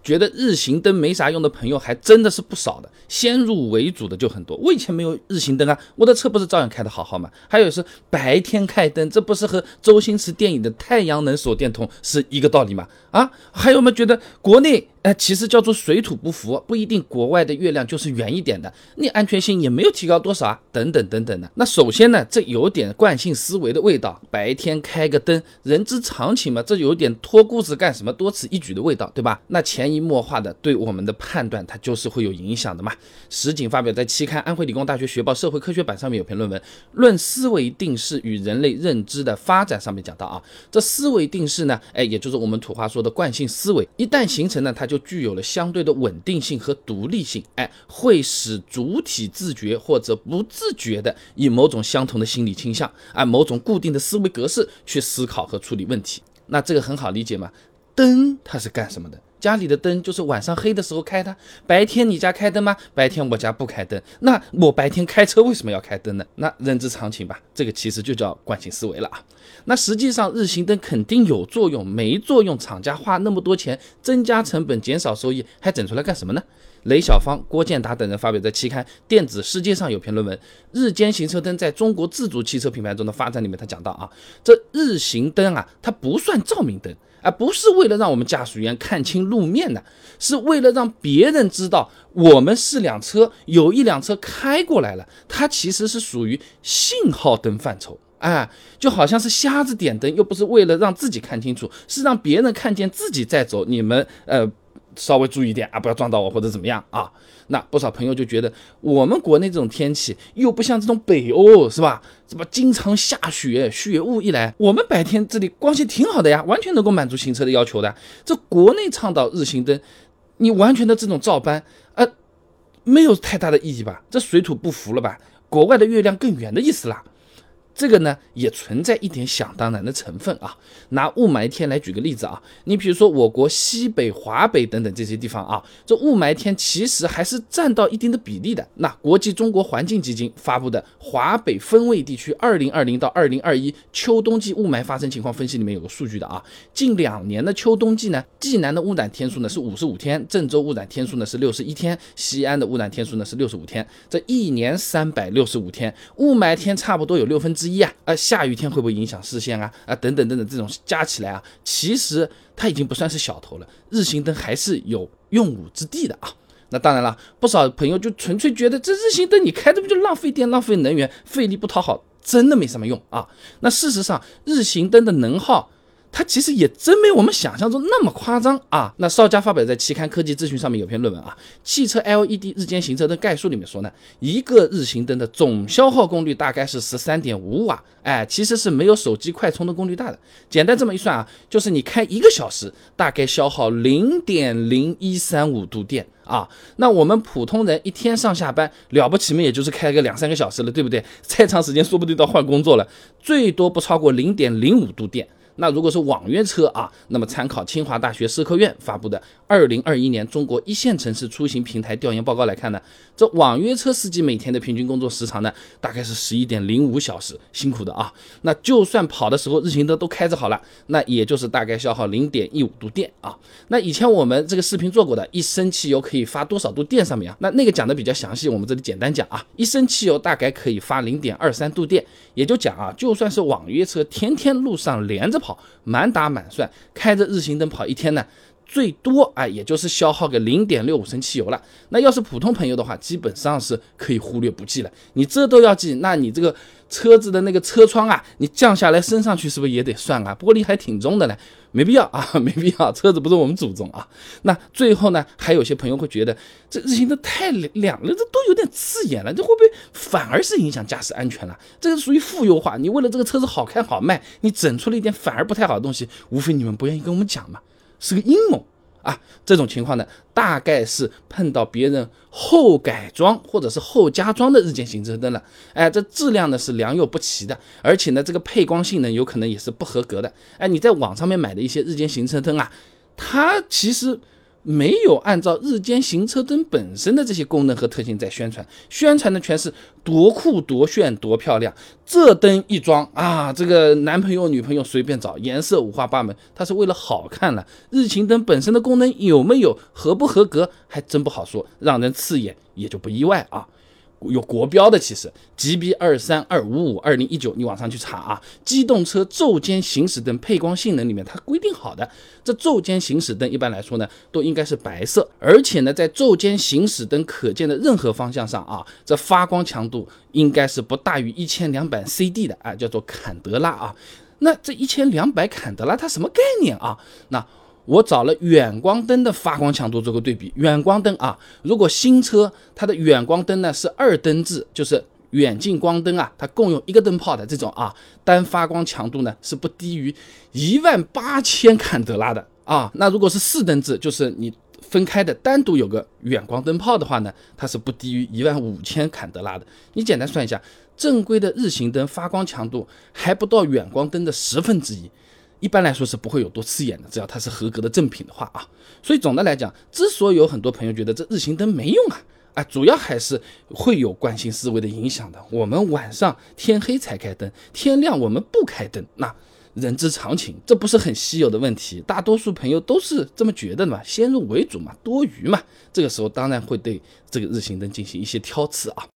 觉得日行灯没啥用的朋友还真的是不少的，先入为主的就很多。我以前没有日行灯啊，我的车不是照样开得好好吗？还有是白天开灯，这不是和周星驰电影的太阳能手电筒是一个道理吗？还有没有觉得国内其实叫做水土不服，不一定国外的月亮就是圆一点的，你安全性也没有提高多少啊，等等等等的。那首先呢，这有点惯性思维的味道，白天开个灯，人之常情嘛，这有点托孤子干什么多此一举的味道，对吧？那潜移默化的对我们的判断，它就是会有影响的嘛。石井发表在期刊安徽理工大学学报社会科学版上面有篇论文，论思维定式与人类认知的发展，上面讲到啊，这思维定式呢，也就是我们土话说的惯性思维，一旦形成呢，它就具有了相对的稳定性和独立性，会使主体自觉或者不自觉的以某种相同的心理倾向，按某种固定的思维格式去思考和处理问题。那这个很好理解嘛，灯它是干什么的？家里的灯就是晚上黑的时候开的，白天你家开灯吗？白天我家不开灯，那我白天开车为什么要开灯呢？那认知常情吧，这个其实就叫惯性思维了啊。那实际上日行灯肯定有作用，没作用，厂家花那么多钱增加成本减少收益，还整出来干什么呢？雷小芳、郭建达等人发表在期刊《电子世界》上有篇论文《日间行车灯在中国自主汽车品牌中的发展》里面，他讲到啊，这日行灯啊，它不算照明灯，不是为了让我们驾驶员看清路面的，是为了让别人知道我们是辆车，有一辆车开过来了，它其实是属于信号灯范畴。就好像是瞎子点灯，又不是为了让自己看清楚，是让别人看见自己在走，你们稍微注意点不要撞到我或者怎么样啊。那不少朋友就觉得我们国内这种天气又不像这种北欧，是吧？什么经常下雪，雪雾一来，我们白天这里光线挺好的呀，完全能够满足行车的要求的。这国内倡导日行灯，你完全的这种照搬没有太大的意义吧？这水土不服了吧？国外的月亮更圆的意思啦。这个呢也存在一点想当然的成分啊。拿雾霾天来举个例子啊，你比如说我国西北、华北等等这些地方啊，这雾霾天其实还是占到一定的比例的。那国际中国环境基金发布的华北分位地区2020到2021秋冬季雾霾发生情况分析里面有个数据的啊，近2年的秋冬季呢，济南的污染天数呢是55天，郑州污染天数呢是61天，西安的污染天数呢是65天，这一年365天，雾霾天差不多有1/6啊，下雨天会不会影响视线啊？等等等等，这种加起来啊，其实它已经不算是小头了。日行灯还是有用武之地的啊。那当然了，不少朋友就纯粹觉得这日行灯你开这不就浪费电、浪费能源、费力不讨好，真的没什么用啊。那事实上，日行灯的能耗，它其实也真没我们想象中那么夸张啊。那邵佳发表在期刊科技资讯上面有篇论文啊，汽车 LED 日间行车灯概述里面说呢，一个日行灯的总消耗功率大概是13.5瓦，其实是没有手机快充的功率大的。简单这么一算啊，就是你开1个小时大概消耗 0.0135 度电啊。那我们普通人一天上下班了不起嘛，也就是开个2-3个小时了，对不对？再长时间说不定都要换工作了，最多不超过 0.05 度电。那如果是网约车啊，那么参考清华大学社科院发布的2021年中国一线城市出行平台调研报告来看呢，这网约车司机每天的平均工作时长呢，大概是11.05小时，辛苦的啊。那就算跑的时候日行灯都开着好了，那也就是大概消耗 0.15 度电啊。那以前我们这个视频做过的，1升汽油可以发多少度电上面啊，那个讲的比较详细，我们这里简单讲啊，1升汽油大概可以发 0.23 度电，也就讲啊，就算是网约车天天路上连着跑，满打满算开着日行灯跑一天呢，最多也就是消耗个 0.65 升汽油了。那要是普通朋友的话，基本上是可以忽略不计了。你这都要记，那你这个车子的那个车窗你降下来升上去是不是也得算啊？玻璃还挺重的呢，没必要啊，没必要，车子不是我们祖宗啊。那最后呢，还有些朋友会觉得这日行灯太亮了，这都有点刺眼了，这会不会反而是影响驾驶安全了？这个属于负优化，你为了这个车子好看好卖，你整出了一点反而不太好的东西，无非你们不愿意跟我们讲嘛，是个阴谋啊。这种情况呢，大概是碰到别人后改装或者是后加装的日间行车灯了。这质量呢是良莠不齐的，而且呢这个配光性能有可能也是不合格的。你在网上面买的一些日间行车灯它其实没有按照日间行车灯本身的这些功能和特性在宣传，宣传的全是多酷多炫多漂亮，这灯一装啊，这个男朋友女朋友随便找，颜色五花八门，它是为了好看了。日行灯本身的功能有没有，合不合格，还真不好说，让人刺眼也就不意外啊。有国标的，其实 GB232552019，你网上去查啊，机动车昼间行驶灯配光性能里面它规定好的，这昼间行驶灯一般来说呢都应该是白色，而且呢在昼间行驶灯可见的任何方向上啊，这发光强度应该是不大于1200 CD 的啊，叫做坎德拉啊。那这1200坎德拉它什么概念啊？那我找了远光灯的发光强度做个对比，远光灯啊，如果新车它的远光灯呢是2灯制，就是远近光灯啊，它共用一个灯泡的这种啊，单发光强度呢是不低于18000坎德拉的啊。那如果是4灯制，就是你分开的单独有个远光灯泡的话呢，它是不低于15000坎德拉的。你简单算一下，正规的日行灯发光强度还不到远光灯的1/10。一般来说是不会有多刺眼的，只要它是合格的正品的话啊。所以总的来讲，之所以有很多朋友觉得这日行灯没用啊，主要还是会有惯性思维的影响的。我们晚上天黑才开灯，天亮我们不开灯，那人之常情，这不是很稀有的问题，大多数朋友都是这么觉得的嘛，先入为主嘛，多余嘛，这个时候当然会对这个日行灯进行一些挑刺啊。